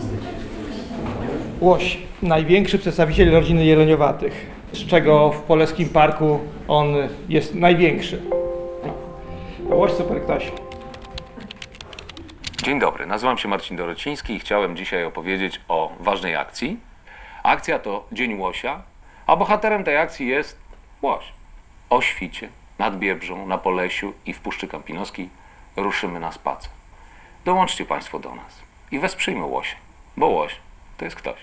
Łoś, największy przedstawiciel rodziny jeleniowatych, z czego w Poleskim Parku on jest największy. Łoś super ktoś. Dzień dobry, nazywam się Marcin Dorociński i chciałem dzisiaj opowiedzieć o ważnej akcji. Akcja to Dzień Łosia, a bohaterem tej akcji jest łoś. O świcie, nad Biebrzą, na Polesiu i w Puszczy Kampinoskiej ruszymy na spacer. Dołączcie Państwo do nas i wesprzyjmy łosia, bo łoś to jest ktoś.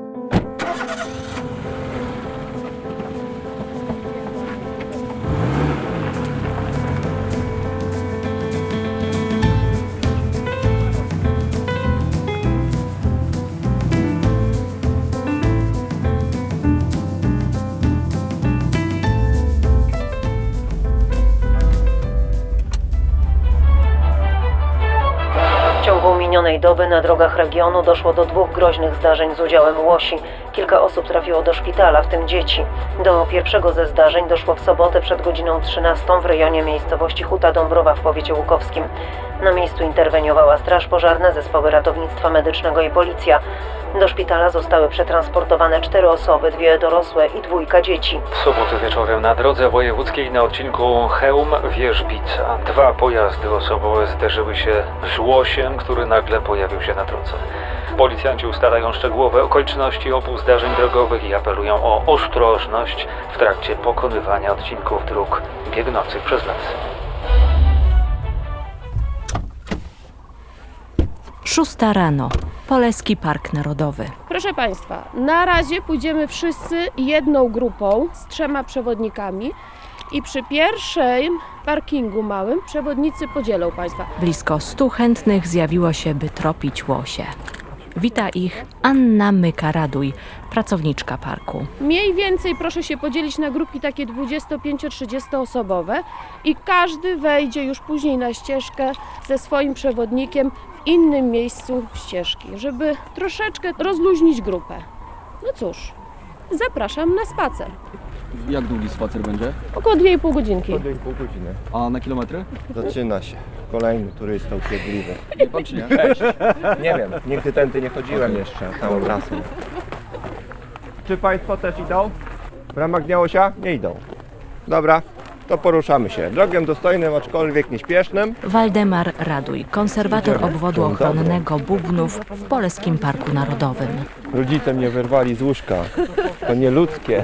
W ciągu minionej doby na drogach regionu doszło do 2 groźnych zdarzeń z udziałem łosi. Kilka osób trafiło do szpitala, w tym dzieci. Do pierwszego ze zdarzeń doszło w sobotę przed godziną 13 w rejonie miejscowości Huta Dąbrowa w powiecie łukowskim. Na miejscu interweniowała straż pożarna, zespoły ratownictwa medycznego i policja. Do szpitala zostały przetransportowane 4 osoby, 2 dorosłe i 2 dzieci. W sobotę wieczorem na drodze wojewódzkiej na odcinku Chełm-Wierzbica 2 pojazdy osobowe zderzyły się z łosiem, który nagle pojawił się na drodze. Policjanci ustalają szczegółowe okoliczności obu zdarzeń drogowych i apelują o ostrożność w trakcie pokonywania odcinków dróg biegnących przez las. 6 rano. Poleski Park Narodowy. Proszę Państwa, na razie pójdziemy wszyscy jedną grupą z 3 przewodnikami i przy pierwszym parkingu małym przewodnicy podzielą Państwa. Blisko 100 chętnych zjawiło się, by tropić łosie. Wita ich Anna Myka-Raduj, pracowniczka parku. Mniej więcej proszę się podzielić na grupki takie 25-30 osobowe i każdy wejdzie już później na ścieżkę ze swoim przewodnikiem w innym miejscu ścieżki, żeby troszeczkę rozluźnić grupę. No cóż, zapraszam na spacer. Jak długi spacer będzie? Około 2,5 godzinki. 2,5 godziny. A na kilometry? Zaczyna się. Kolejny turystą upierdliwy. Wie pan czy nie? Cześć. Nie wiem, nigdy tędy nie chodziłem jeszcze całą trasą. Czy Państwo też idą? W ramach Dnia Łosia? Nie idą. Dobra, to poruszamy się. Drogiem dostojnym, aczkolwiek nieśpiesznym. Waldemar Raduj, konserwator obwodu ochronnego Bubnów w Poleskim Parku Narodowym. Rodzice mnie wyrwali z łóżka. To nieludzkie.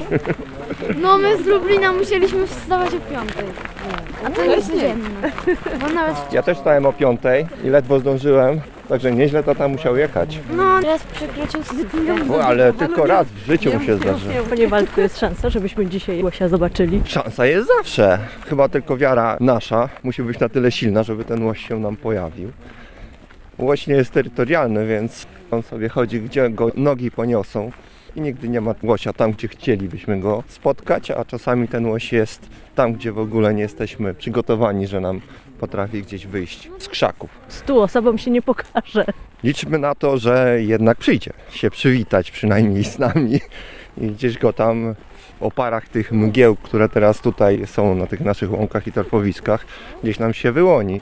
No my z Lublina musieliśmy wstawać o 5. A to jest dzienne. Bo nawet... Ja też stałem o 5 i ledwo zdążyłem, także nieźle to tam musiał jechać. No raz przekroczył stopniową. Ale tylko raz w życiu mu się zdarzy. Panie Waldku, jest szansa, żebyśmy dzisiaj łosia zobaczyli? Szansa jest zawsze. Chyba tylko wiara nasza musi być na tyle silna, żeby ten łoś się nam pojawił. Łoś nie jest terytorialny, więc on sobie chodzi, gdzie go nogi poniosą. I nigdy nie ma łosia tam, gdzie chcielibyśmy go spotkać, a czasami ten łoś jest tam, gdzie w ogóle nie jesteśmy przygotowani, że nam potrafi gdzieś wyjść z krzaków. 100 osobom się nie pokaże. Liczmy na to, że jednak przyjdzie się przywitać przynajmniej z nami i gdzieś go tam w oparach tych mgieł, które teraz tutaj są na tych naszych łąkach i torfowiskach, gdzieś nam się wyłoni.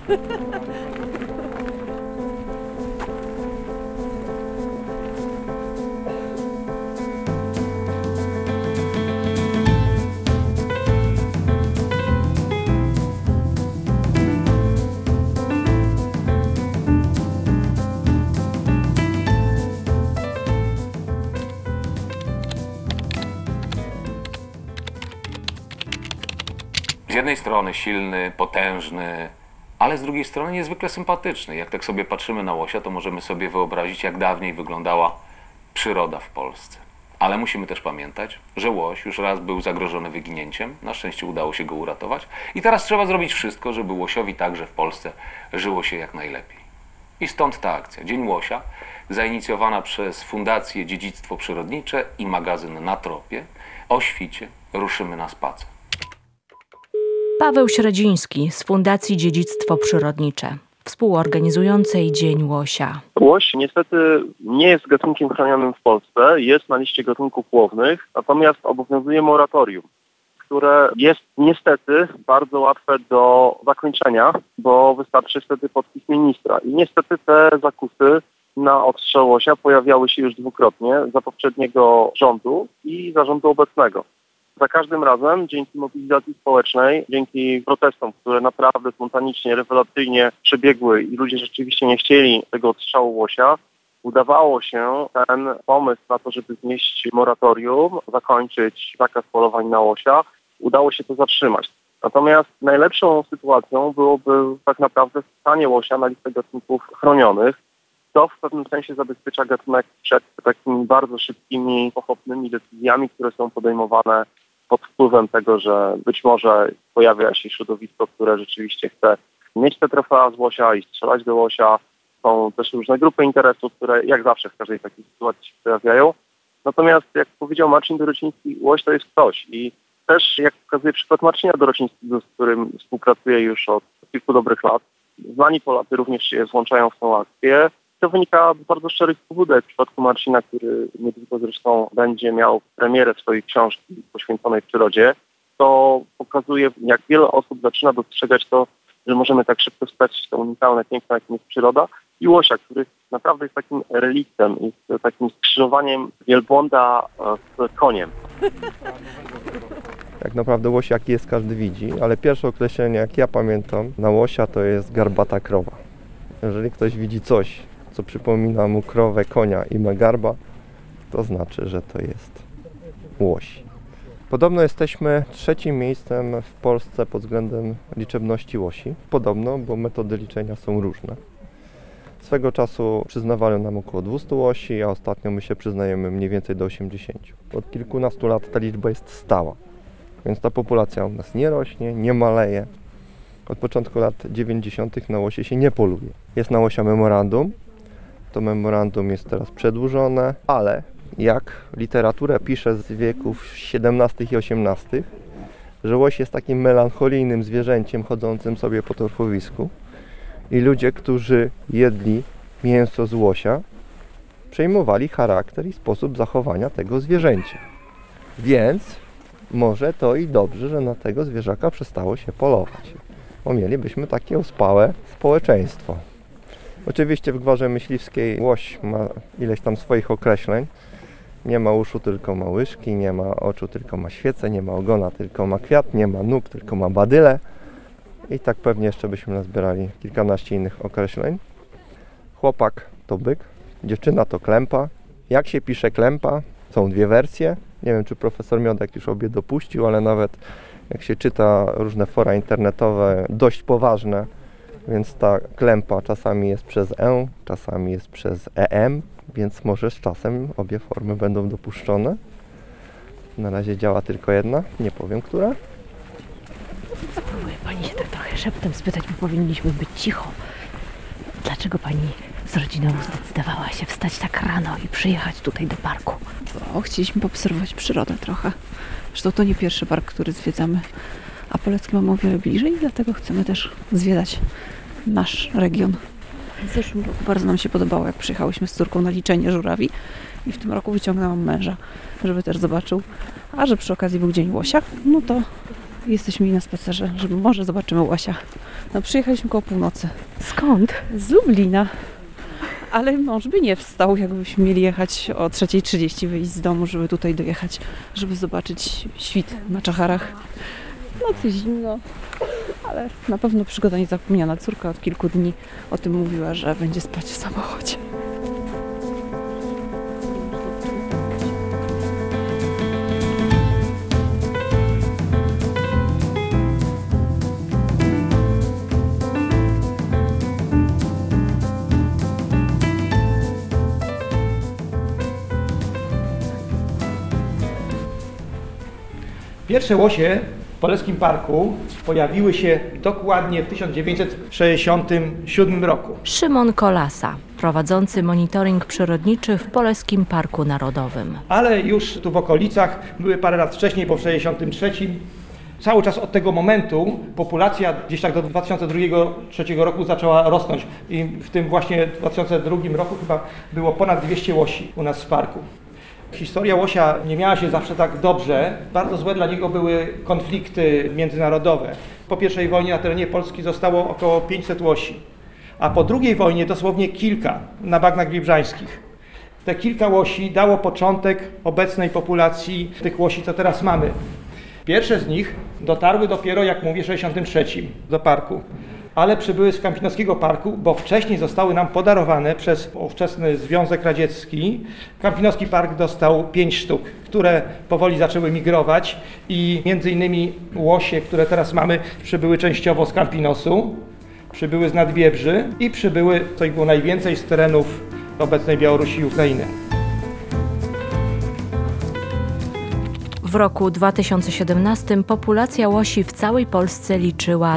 Z jednej strony silny, potężny, ale z drugiej strony niezwykle sympatyczny. Jak tak sobie patrzymy na łosia, to możemy sobie wyobrazić, jak dawniej wyglądała przyroda w Polsce. Ale musimy też pamiętać, że łoś już raz był zagrożony wyginięciem. Na szczęście udało się go uratować. I teraz trzeba zrobić wszystko, żeby łosiowi także w Polsce żyło się jak najlepiej. I stąd ta akcja. Dzień Łosia, zainicjowana przez Fundację Dziedzictwo Przyrodnicze i magazyn Na Tropie. O świcie ruszymy na spacer. Paweł Średziński z Fundacji Dziedzictwo Przyrodnicze, współorganizującej Dzień Łosia. Łoś niestety nie jest gatunkiem chronionym w Polsce, jest na liście gatunków łownych, natomiast obowiązuje moratorium, które jest niestety bardzo łatwe do zakończenia, bo wystarczy wtedy podpis ministra. I niestety te zakusy na odstrzał łosia pojawiały się już dwukrotnie za poprzedniego rządu i za rządu obecnego. Za każdym razem dzięki mobilizacji społecznej, dzięki protestom, które naprawdę spontanicznie, rewelacyjnie przebiegły i ludzie rzeczywiście nie chcieli tego odstrzału łosia, udawało się ten pomysł na to, żeby znieść moratorium, zakończyć zakaz polowań na łosia, udało się to zatrzymać. Natomiast najlepszą sytuacją byłoby tak naprawdę wpisanie łosia na listę gatunków chronionych. To w pewnym sensie zabezpiecza gatunek przed takimi bardzo szybkimi, pochopnymi decyzjami, które są podejmowane pod wpływem tego, że być może pojawia się środowisko, które rzeczywiście chce mieć te trofea z łosia i strzelać do łosia. Są też różne grupy interesów, które jak zawsze w każdej takiej sytuacji się pojawiają. Natomiast jak powiedział Marcin Dorociński, łoś to jest ktoś. I też jak pokazuje przykład Marcina Dorocińskiego, z którym współpracuję już od kilku dobrych lat, znani Polacy również się włączają w tą akcję. To wynika z bardzo szczerych pobudek. W przypadku Marcina, który niedługo zresztą będzie miał premierę swojej książki poświęconej przyrodzie, to pokazuje, jak wiele osób zaczyna dostrzegać to, że możemy tak szybko stać to unikalne piękno, jakim jest przyroda. I łosia, który naprawdę jest takim reliktem, jest takim skrzyżowaniem wielbłąda z koniem. Tak naprawdę łoś jaki jest, każdy widzi, ale pierwsze określenie, jak ja pamiętam, na łosia to jest garbata krowa. Jeżeli ktoś widzi coś, co przypomina mu krowę, konia i ma garba, to znaczy, że to jest łoś. Podobno jesteśmy trzecim miejscem w Polsce pod względem liczebności łosi. Podobno, bo metody liczenia są różne. Swego czasu przyznawano nam około 200 łosi, a ostatnio my się przyznajemy mniej więcej do 80. Od kilkunastu lat ta liczba jest stała, więc ta populacja u nas nie rośnie, nie maleje. Od początku lat 90. na łosie się nie poluje. Jest na łosia memorandum. To memorandum jest teraz przedłużone, ale jak literatura pisze z wieków XVII i XVIII, że łoś jest takim melancholijnym zwierzęciem chodzącym sobie po torfowisku i ludzie, którzy jedli mięso z łosia, przejmowali charakter i sposób zachowania tego zwierzęcia. Więc może to i dobrze, że na tego zwierzaka przestało się polować. Bo mielibyśmy takie ospałe społeczeństwo. Oczywiście w gwarze myśliwskiej łoś ma ileś tam swoich określeń. Nie ma uszu, tylko ma łyżki, nie ma oczu, tylko ma świecę, nie ma ogona, tylko ma kwiat, nie ma nóg, tylko ma badyle. I tak pewnie jeszcze byśmy nazbierali kilkanaście innych określeń. Chłopak to byk, dziewczyna to klępa. Jak się pisze klępa? Są dwie wersje. Nie wiem, czy profesor Miodek już obie dopuścił, ale nawet jak się czyta różne fora internetowe, dość poważne, więc ta klępa czasami jest przez e, czasami jest przez em, więc może z czasem obie formy będą dopuszczone. Na razie działa tylko jedna, nie powiem która. Spróbuję pani się tak trochę szeptem spytać, bo powinniśmy być cicho. Dlaczego pani z rodziną zdecydowała się wstać tak rano i przyjechać tutaj do parku? Bo chcieliśmy poobserwować przyrodę trochę. Zresztą to nie pierwszy park, który zwiedzamy, a Polecki mamy o wiele bliżej, dlatego chcemy też zwiedzać nasz region. W zeszłym roku bardzo nam się podobało, jak przyjechałyśmy z córką na liczenie żurawi i w tym roku wyciągnęłam męża, żeby też zobaczył, a że przy okazji był Dzień Łosia, no to jesteśmy i na spacerze, żeby może zobaczymy łosia. No przyjechaliśmy koło północy. Skąd? Z Lublina. Ale mąż by nie wstał, jakbyśmy mieli jechać o 3:30, wyjść z domu, żeby tutaj dojechać, żeby zobaczyć świt na Czacharach. Nocy zimno, ale na pewno przygoda niezapomniana. Córka od kilku dni o tym mówiła, że będzie spać w samochodzie. Pierwsze łosie w Polskim Parku pojawiły się dokładnie w 1967 roku. Szymon Kolasa, prowadzący monitoring przyrodniczy w Polskim Parku Narodowym. Ale już tu w okolicach, były parę lat wcześniej, po 1963. Cały czas od tego momentu populacja gdzieś tak do 2002-2003 roku zaczęła rosnąć. I w tym właśnie 2002 roku chyba było ponad 200 łosi u nas w parku. Historia łosia nie miała się zawsze tak dobrze. Bardzo złe dla niego były konflikty międzynarodowe. Po I wojnie na terenie Polski zostało około 500 łosi. a po II wojnie dosłownie kilka na bagnach bibrzańskich. Te kilka łosi dało początek obecnej populacji tych łosi, co teraz mamy. Pierwsze z nich dotarły dopiero, jak mówię, w 1963 do parku, ale przybyły z Kampinoskiego Parku, bo wcześniej zostały nam podarowane przez ówczesny Związek Radziecki. Kampinoski Park dostał 5 sztuk, które powoli zaczęły migrować i między innymi łosie, które teraz mamy, przybyły częściowo z Kampinosu, przybyły z Nadbiebrzy i przybyły, co ich było najwięcej, z terenów obecnej Białorusi i Ukrainy. W roku 2017 populacja łosi w całej Polsce liczyła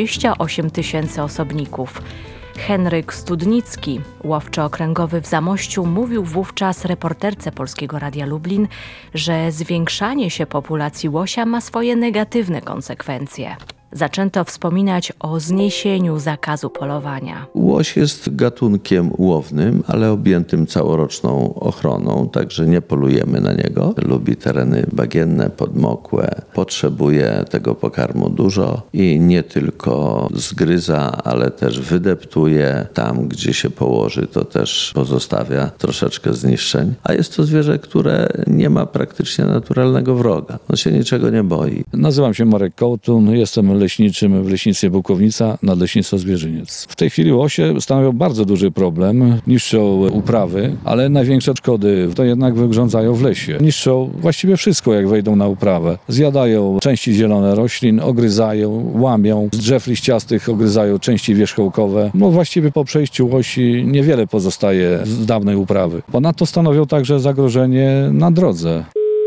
28 000 osobników. Henryk Studnicki, łowczy okręgowy w Zamościu, mówił wówczas reporterce Polskiego Radia Lublin, że zwiększanie się populacji łosia ma swoje negatywne konsekwencje. Zaczęto wspominać o zniesieniu zakazu polowania. Łoś jest gatunkiem łownym, ale objętym całoroczną ochroną, także nie polujemy na niego. Lubi tereny bagienne, podmokłe, potrzebuje tego pokarmu dużo i nie tylko zgryza, ale też wydeptuje. Tam, gdzie się położy, to też pozostawia troszeczkę zniszczeń. A jest to zwierzę, które nie ma praktycznie naturalnego wroga. On się niczego nie boi. Nazywam się Marek Kołtun, jestem leśniczym w leśnictwie Bułkownica, Nadleśnictwo Zwierzyniec. W tej chwili łosie stanowią bardzo duży problem, niszczą uprawy, ale największe szkody to jednak wyrządzają w lesie. Niszczą właściwie wszystko, jak wejdą na uprawę. Zjadają części zielone roślin, ogryzają, łamią, z drzew liściastych ogryzają części wierzchołkowe. No właściwie po przejściu łosi niewiele pozostaje z dawnej uprawy. Ponadto stanowią także zagrożenie na drodze.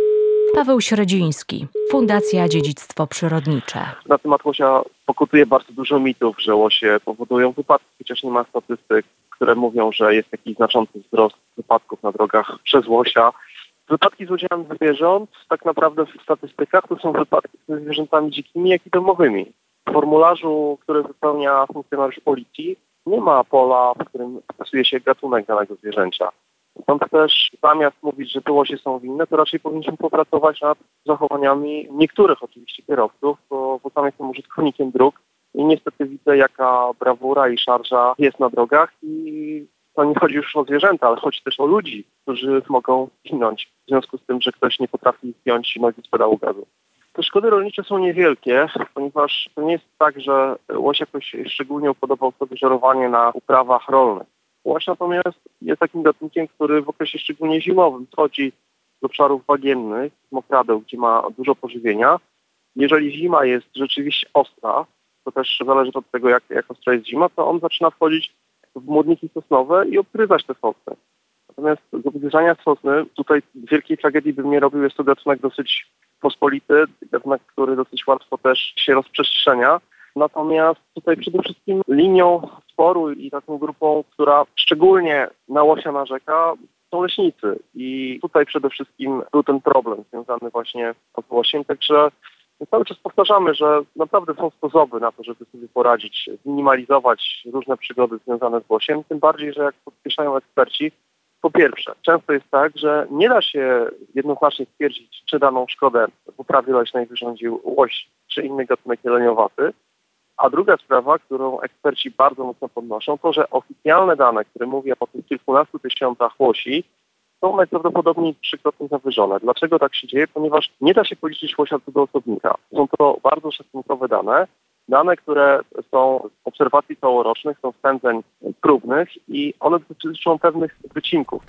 Paweł Średziński, Fundacja Dziedzictwo Przyrodnicze. Na temat łosia pokutuje bardzo dużo mitów, że łosie powodują wypadki, chociaż nie ma statystyk, które mówią, że jest jakiś znaczący wzrost wypadków na drogach przez łosia. Wypadki z łosiami zwierząt tak naprawdę w statystykach to są wypadki ze zwierzętami dzikimi, jak i domowymi. W formularzu, który wypełnia funkcjonariusz policji, nie ma pola, w którym wpisuje się gatunek danego zwierzęcia. Stąd też zamiast mówić, że te łosie są winne, to raczej powinniśmy popracować nad zachowaniami niektórych oczywiście kierowców, bo sam jestem użytkownikiem dróg i niestety widzę, jaka brawura i szarża jest na drogach i to nie chodzi już o zwierzęta, ale chodzi też o ludzi, którzy mogą ginąć w związku z tym, że ktoś nie potrafi zdjąć nogi z pedału gazu. Te szkody rolnicze są niewielkie, ponieważ to nie jest tak, że łoś jakoś szczególnie upodobał sobie żerowanie na uprawach rolnych. Łoś natomiast jest takim gatunkiem, który w okresie szczególnie zimowym wchodzi z obszarów bagiennych, mokradeł, gdzie ma dużo pożywienia. Jeżeli zima jest rzeczywiście ostra, to też zależy od tego, jak ostra jest zima, to on zaczyna wchodzić w młodniki sosnowe i obgryzać te sosny. Natomiast z obgryzania sosny tutaj wielkiej tragedii bym nie robił, jest to gatunek dosyć pospolity, gatunek, który dosyć łatwo też się rozprzestrzenia. Natomiast tutaj przede wszystkim linią sporu i taką grupą, która szczególnie na łosia narzeka, są leśnicy. I tutaj przede wszystkim był ten problem związany właśnie z łosiem. Także cały czas powtarzamy, że naprawdę są sposoby na to, żeby sobie poradzić, zminimalizować różne przygody związane z łosiem. Tym bardziej, że jak podkreślają eksperci, po pierwsze, często jest tak, że nie da się jednoznacznie stwierdzić, czy daną szkodę w uprawie leśnej wyrządził łoś czy inny gatunek jeleniowaty. A druga sprawa, którą eksperci bardzo mocno podnoszą, to że oficjalne dane, które mówią o tych kilkunastu tysiącach łosi, są najprawdopodobniej trzykrotnie zawyżone. Dlaczego tak się dzieje? Ponieważ nie da się policzyć łosia co do osobnika. Są to bardzo szacunkowe dane, które są z obserwacji całorocznych, są spędzeń próbnych i one dotyczą pewnych wycinków.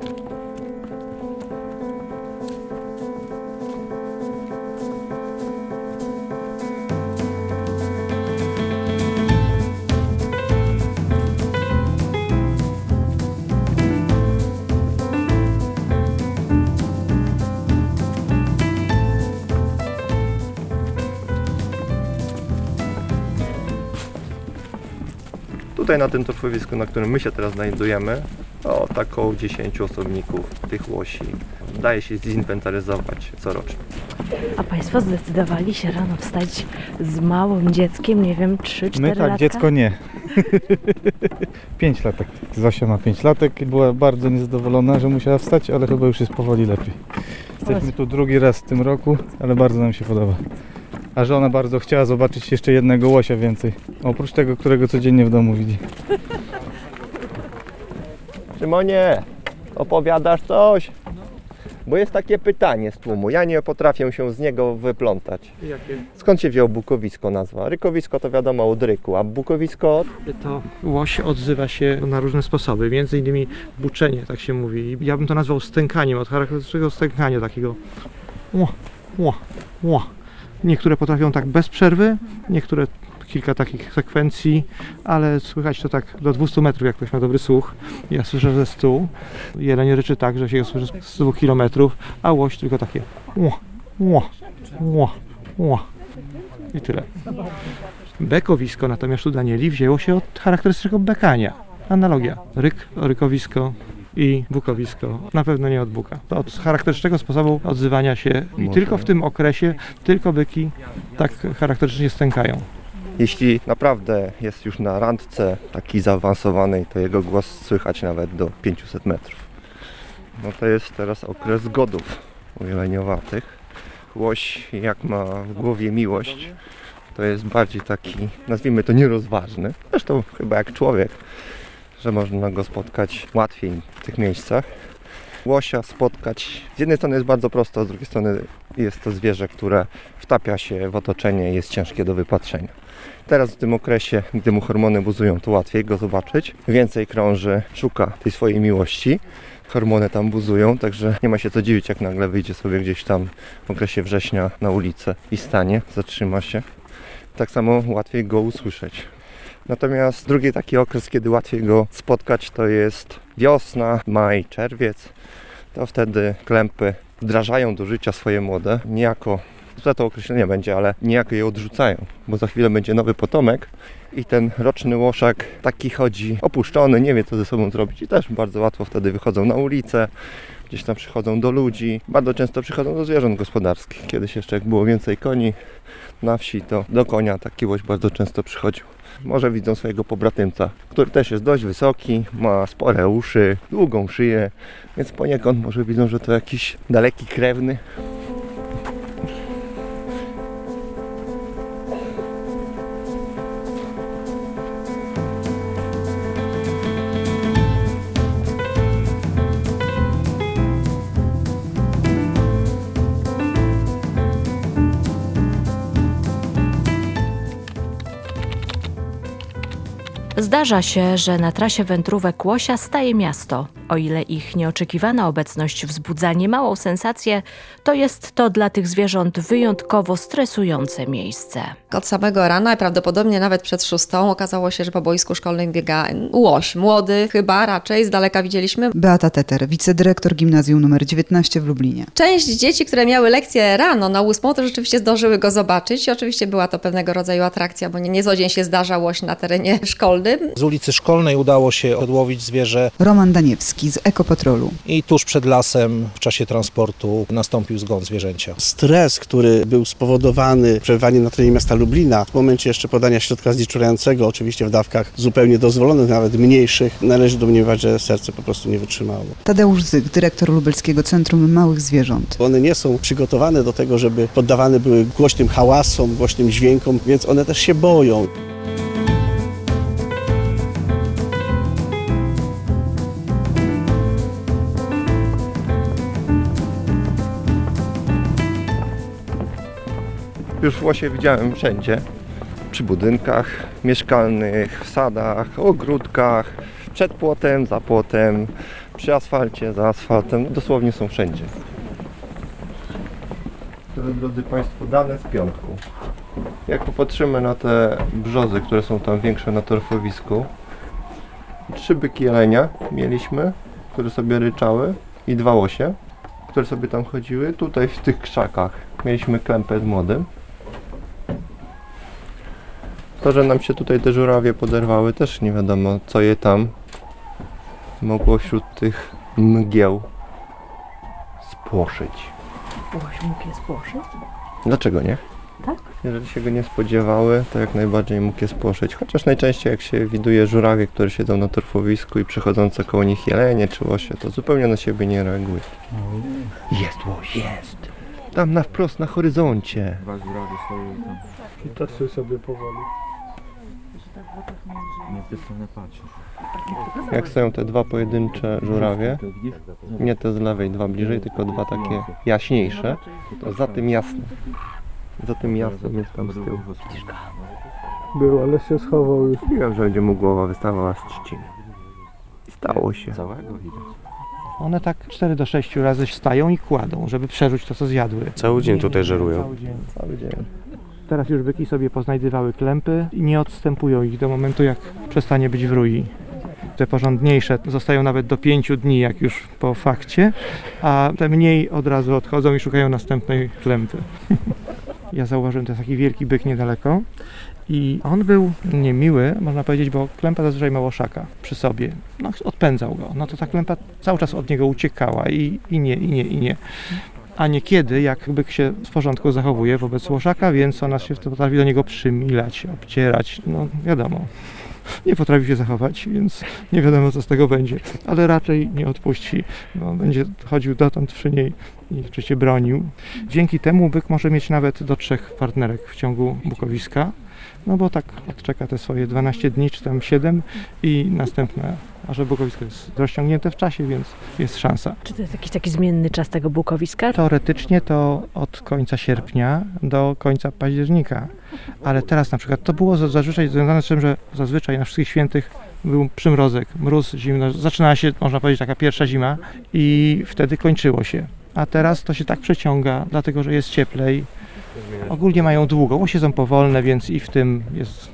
Tutaj na tym torfowisku, na którym my się teraz znajdujemy, to tak około 10 osobników tych łosi daje się zinwentaryzować corocznie. A Państwo zdecydowali się rano wstać z małym dzieckiem, nie wiem, 3-4 My tak, latka? dziecko nie. 5 latek. Zosia ma 5 latek. Była bardzo niezadowolona, że musiała wstać, ale chyba już jest powoli lepiej. Jesteśmy tu drugi raz w tym roku, ale bardzo nam się podoba. A żona bardzo chciała zobaczyć jeszcze jednego łosia więcej. Oprócz tego, którego codziennie w domu widzi. Szymonie, opowiadasz coś? Bo jest takie pytanie z tłumu, ja nie potrafię się z niego wyplątać. Jakie? Skąd się wziął bukowisko nazwa? Rykowisko to wiadomo od ryku, a bukowisko od... To łoś odzywa się na różne sposoby, między innymi buczenie, tak się mówi. Ja bym to nazwał stękaniem, od charakterystycznego stękania takiego ła. Niektóre potrafią tak bez przerwy, niektóre kilka takich sekwencji, ale słychać to tak do 200 metrów, jak ktoś ma dobry słuch. Ja słyszę ze 100. Jeleń ryczy tak, że się go słyszy z 2 kilometrów, a łoś tylko takie ła. I tyle. Bekowisko natomiast u Danieli wzięło się od charakterystycznego bekania. Analogia. Rykowisko i bukowisko. Na pewno nie od buka. To od charakterystycznego sposobu odzywania się i tylko w tym okresie tylko byki tak charakterystycznie stękają. Jeśli naprawdę jest już na randce takiej zaawansowanej, to jego głos słychać nawet do 500 metrów. No to jest teraz okres godów u jeleniowatych. Łoś, jak ma w głowie miłość, to jest bardziej taki, nazwijmy to, nierozważny. Zresztą chyba jak człowiek, że można go spotkać łatwiej w tych miejscach. Łosia spotkać z jednej strony jest bardzo prosto, a z drugiej strony jest to zwierzę, które wtapia się w otoczenie i jest ciężkie do wypatrzenia. Teraz w tym okresie, gdy mu hormony buzują, to łatwiej go zobaczyć. Więcej krąży, szuka tej swojej miłości. Hormony tam buzują, także nie ma się co dziwić, jak nagle wyjdzie sobie gdzieś tam w okresie września na ulicę i stanie, zatrzyma się. Tak samo łatwiej go usłyszeć. Natomiast drugi taki okres, kiedy łatwiej go spotkać, to jest wiosna, maj, czerwiec. To wtedy klępy wdrażają do życia swoje młode. Niejako, tutaj to określenie będzie, ale niejako je odrzucają, bo za chwilę będzie nowy potomek i ten roczny łoszak taki chodzi opuszczony, nie wie co ze sobą zrobić i też bardzo łatwo wtedy wychodzą na ulicę, gdzieś tam przychodzą do ludzi, bardzo często przychodzą do zwierząt gospodarskich. Kiedyś jeszcze jak było więcej koni na wsi, to do konia taki łoś bardzo często przychodził. Może widzą swojego pobratymca, który też jest dość wysoki, ma spore uszy, długą szyję, więc poniekąd może widzą, że to jakiś daleki krewny. Zdarza się, że na trasie wędrówek łosia staje miasto. O ile ich nieoczekiwana obecność wzbudza niemałą sensację, to jest to dla tych zwierząt wyjątkowo stresujące miejsce. Od samego rana, prawdopodobnie nawet przed 6, okazało się, że po boisku szkolnym biega łoś. Młody chyba, raczej z daleka widzieliśmy. Beata Teter, wicedyrektor gimnazjum nr 19 w Lublinie. Część dzieci, które miały lekcję rano na 8, to rzeczywiście zdążyły go zobaczyć. Oczywiście była to pewnego rodzaju atrakcja, bo nie co dzień się zdarza łoś na terenie szkolnym. Z ulicy Szkolnej udało się odłowić zwierzę. Roman Daniewski z Ekopatrolu. I tuż przed lasem w czasie transportu nastąpił zgon zwierzęcia. Stres, który był spowodowany przebywaniem na terenie miasta Lublina, w momencie jeszcze podania środka znieczulającego, oczywiście w dawkach zupełnie dozwolonych, nawet mniejszych, należy domniemywać, że serce po prostu nie wytrzymało. Tadeusz Zyk, dyrektor Lubelskiego Centrum Małych Zwierząt. One nie są przygotowane do tego, żeby poddawane były głośnym hałasom, głośnym dźwiękom, więc one też się boją. Już łosie widziałem wszędzie, przy budynkach mieszkalnych, w sadach, ogródkach, przed płotem, za płotem, przy asfalcie, za asfaltem, dosłownie są wszędzie. To, drodzy Państwo, dane z piątku. Jak popatrzymy na te brzozy, które są tam większe na torfowisku, 3 byki jelenia mieliśmy, które sobie ryczały i 2 łosie, które sobie tam chodziły. Tutaj w tych krzakach mieliśmy klępę z młodym. To, że nam się tutaj te żurawie poderwały, też nie wiadomo, co je tam mogło wśród tych mgieł spłoszyć. Łoś mógł je spłoszyć? Dlaczego nie? Tak? Jeżeli się go nie spodziewały, to jak najbardziej mógł je spłoszyć. Chociaż najczęściej jak się widuje żurawie, które siedzą na torfowisku i przechodzące koło nich jelenie czy łosie, to zupełnie na siebie nie reaguje. Jest łoś, jest. Tam na wprost na horyzoncie. Dwa żurawie stoją tam. I tacy sobie powoli. Nie w tę stronę patrzę. Jak stoją te dwa pojedyncze żurawie, nie te z lewej, dwa bliżej, tylko dwa takie jaśniejsze, to za tym jasnym. Za tym jasnym jest tam z tyłu. Był, ale się schował już. Mówiłem, że będzie mu głowa wystawała z trzciny. I stało się. Całego widać. One tak 4 do 6 razy wstają i kładą, żeby przeżuć to, co zjadły. Cały dzień tutaj żerują. Cały dzień. Teraz już byki sobie poznajdywały klępy i nie odstępują ich do momentu, jak przestanie być w rui. Te porządniejsze zostają nawet do 5 dni, jak już po fakcie, a te mniej od razu odchodzą i szukają następnej klępy. Ja zauważyłem, to jest taki wielki byk niedaleko i on był niemiły, można powiedzieć, bo klępa zazwyczaj ma łoszaka przy sobie. No, odpędzał go. No to ta klępa cały czas od niego uciekała i nie. A niekiedy, jak byk się w porządku zachowuje wobec łoszaka, więc ona się potrafi do niego przymilać, obcierać, no wiadomo. Nie potrafi się zachować, więc nie wiadomo, co z tego będzie, ale raczej nie odpuści, bo będzie chodził dotąd przy niej i oczywiście bronił. Dzięki temu byk może mieć nawet do 3 partnerek w ciągu bukowiska, no bo tak odczeka te swoje 12 dni, czy tam 7 i następne, a że bukowisko jest rozciągnięte w czasie, więc jest szansa. Czy to jest jakiś taki zmienny czas tego bukowiska? Teoretycznie to od końca sierpnia do końca października, ale teraz na przykład to było zazwyczaj związane z tym, że zazwyczaj na Wszystkich Świętych był przymrozek, mróz, zimno, zaczynała się, można powiedzieć, taka pierwsza zima i wtedy kończyło się. A teraz to się tak przeciąga, dlatego że jest cieplej. Ogólnie mają długo, łosie są powolne, więc i w tym jest...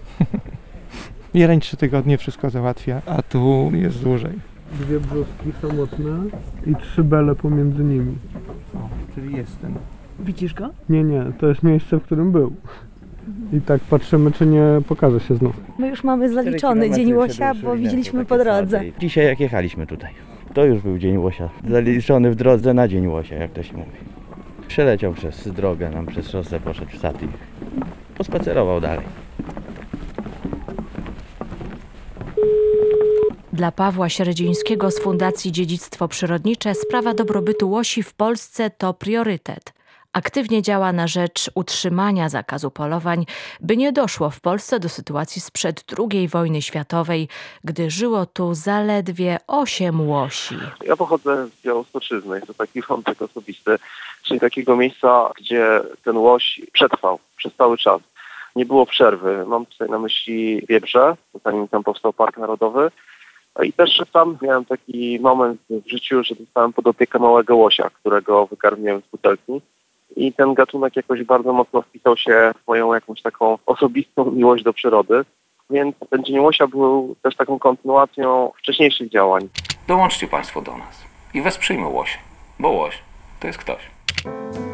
Jeleń 3 tygodnie wszystko załatwia, a tu jest dłużej. 2 brzuski samotne i 3 bele pomiędzy nimi. O, czyli jestem. Widzisz go? Nie, to jest miejsce, w którym był. I tak patrzymy, czy nie pokaże się znów. My już mamy zaliczony dzień łosia, bo widzieliśmy po drodze. Dzisiaj jak jechaliśmy tutaj, to już był dzień łosia. Zaliczony w drodze na dzień łosia, jak to się mówi. Przeleciał przez drogę, nam przez szosę poszedł w sad i pospacerował dalej. Dla Pawła Sieredzińskiego z Fundacji Dziedzictwo Przyrodnicze sprawa dobrobytu łosi w Polsce to priorytet. Aktywnie działa na rzecz utrzymania zakazu polowań, by nie doszło w Polsce do sytuacji sprzed II wojny światowej, gdy żyło tu zaledwie 8 łosi. Ja pochodzę z Białostoczyzny, to taki wątek osobisty, czyli takiego miejsca, gdzie ten łoś przetrwał przez cały czas. Nie było przerwy. Mam tutaj na myśli Wiebrze, zanim tam powstał Park Narodowy. I też tam miałem taki moment w życiu, że dostałem pod opiekę małego łosia, którego wykarmiłem z butelki. I ten gatunek jakoś bardzo mocno wpisał się w moją jakąś taką osobistą miłość do przyrody. Więc ten Dzień Łosia był też taką kontynuacją wcześniejszych działań. Dołączcie Państwo do nas i wesprzyjmy łosie, bo łoś to jest ktoś.